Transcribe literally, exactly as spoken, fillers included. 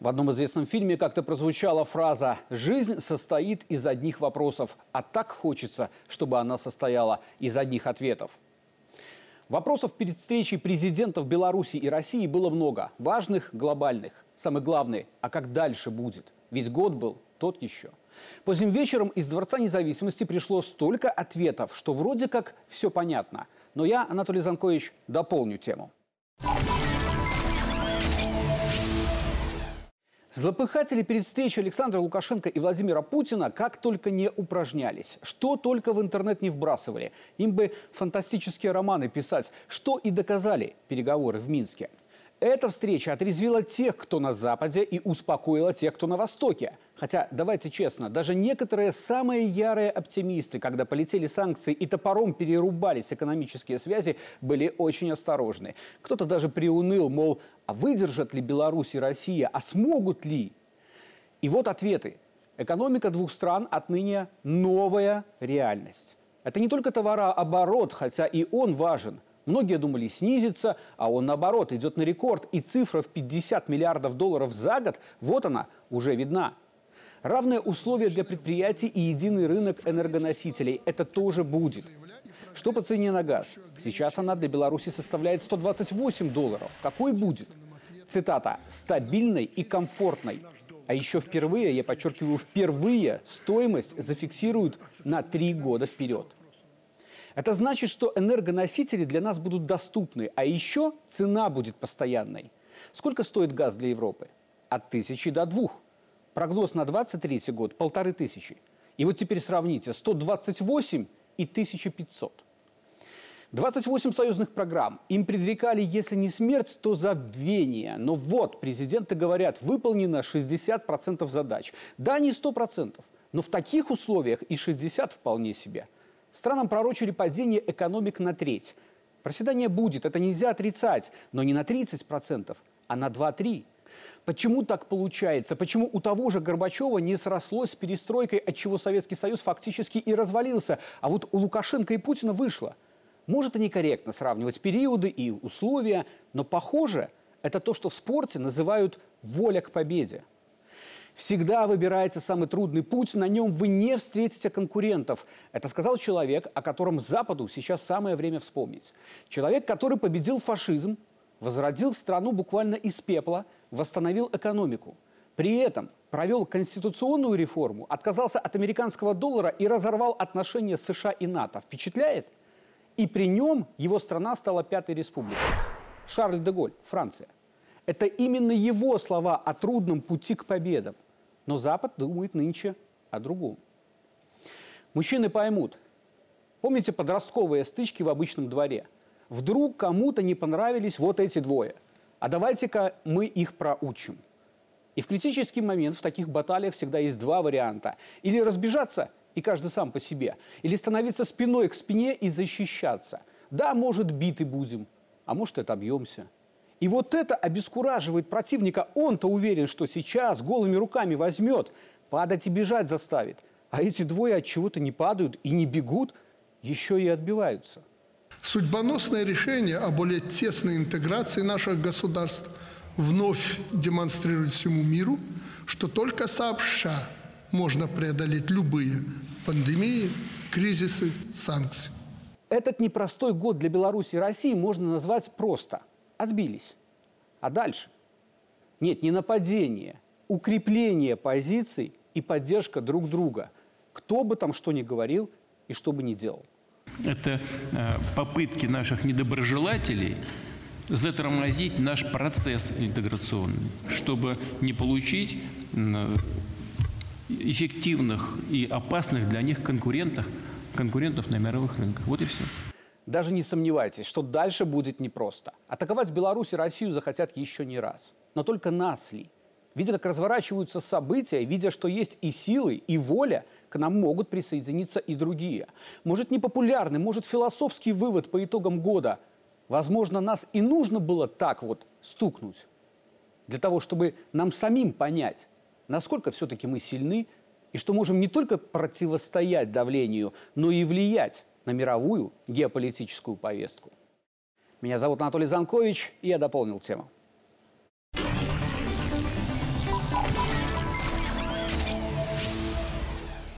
В одном известном фильме как-то прозвучала фраза «Жизнь состоит из одних вопросов, а так хочется, чтобы она состояла из одних ответов». Вопросов перед встречей президентов Беларуси и России было много. Важных, глобальных. Самое главное, а как дальше будет? Ведь год был тот еще. Поздним вечером из Дворца независимости пришло столько ответов, что вроде как все понятно. Но я, Анатолий Занкович, дополню тему. Злопыхатели перед встречей Александра Лукашенко и Владимира Путина как только не упражнялись, что только в интернет не вбрасывали. Им бы фантастические романы писать, что и доказали переговоры в Минске. Эта встреча отрезвила тех, кто на Западе, и успокоила тех, кто на Востоке. Хотя, давайте честно, даже некоторые самые ярые оптимисты, когда полетели санкции и топором перерубались экономические связи, были очень осторожны. Кто-то даже приуныл, мол, а выдержат ли Беларусь и Россия, а смогут ли? И вот ответы. Экономика двух стран отныне новая реальность. Это не только товарооборот, хотя и он важен. Многие думали снизится, а он наоборот идет на рекорд. И цифра в пятьдесят миллиардов долларов за год, вот она, уже видна. Равные условия для предприятий и единый рынок энергоносителей. Это тоже будет. Что по цене на газ? Сейчас она для Беларуси составляет сто двадцать восемь долларов. Какой будет? Цитата. «Стабильной и комфортной». А еще впервые, я подчеркиваю, впервые стоимость зафиксируют на три года вперед. Это значит, что энергоносители для нас будут доступны, а еще цена будет постоянной. Сколько стоит газ для Европы? От тысячи до двух. Прогноз на двадцать третий год – полторы тысячи. И вот теперь сравните – сто двадцать восемь и тысяча пятьсот. двадцать восемь союзных программ. Им предрекали, если не смерть, то забвение. Но вот, президенты говорят, выполнено шестьдесят процентов задач. Да, не сто процентов, но в таких условиях и шестьдесят вполне себе. Странам пророчили падение экономик на треть. Проседание будет, это нельзя отрицать, но не на тридцать процентов, а на два-три процента. Почему так получается? Почему у того же Горбачева не срослось с перестройкой, отчего Советский Союз фактически и развалился, а вот у Лукашенко и Путина вышло? Может, и некорректно сравнивать периоды и условия, но похоже, это то, что в спорте называют «воля к победе». Всегда выбирается самый трудный путь, на нем вы не встретите конкурентов. Это сказал человек, о котором Западу сейчас самое время вспомнить. Человек, который победил фашизм, возродил страну буквально из пепла, восстановил экономику. При этом провел конституционную реформу, отказался от американского доллара и разорвал отношения с США и НАТО. Впечатляет? И при нем его страна стала пятой республикой. Шарль де Голль, Франция. Это именно его слова о трудном пути к победам. Но Запад думает нынче о другом. Мужчины поймут. Помните подростковые стычки в обычном дворе? Вдруг кому-то не понравились вот эти двое. А давайте-ка мы их проучим. И в критический момент в таких баталиях всегда есть два варианта. Или разбежаться, и каждый сам по себе. Или становиться спиной к спине и защищаться. Да, может, биты будем, а может, и отобьемся. И вот это обескураживает противника. Он-то уверен, что сейчас голыми руками возьмет, падать и бежать заставит. А эти двое от чего-то не падают и не бегут, еще и отбиваются. Судьбоносное решение о более тесной интеграции наших государств вновь демонстрирует всему миру, что только сообща можно преодолеть любые пандемии, кризисы, санкции. Этот непростой год для Беларуси и России можно назвать просто – отбились. А дальше? Нет, не нападение, укрепление позиций и поддержка друг друга. Кто бы там что ни говорил и что бы ни делал. Это э, попытки наших недоброжелателей затормозить наш процесс интеграционный, чтобы не получить э, эффективных и опасных для них конкурентов, конкурентов на мировых рынках. Вот и все. Даже не сомневайтесь, что дальше будет непросто. Атаковать Беларусь и Россию захотят еще не раз. Но только нас ли? Видя, как разворачиваются события, видя, что есть и силы, и воля, к нам могут присоединиться и другие. Может, непопулярный, может, философский вывод по итогам года. Возможно, нас и нужно было так вот стукнуть. Для того, чтобы нам самим понять, насколько все-таки мы сильны, и что можем не только противостоять давлению, но и влиять на мировую геополитическую повестку. Меня зовут Анатолий Занкович, и я дополнил тему.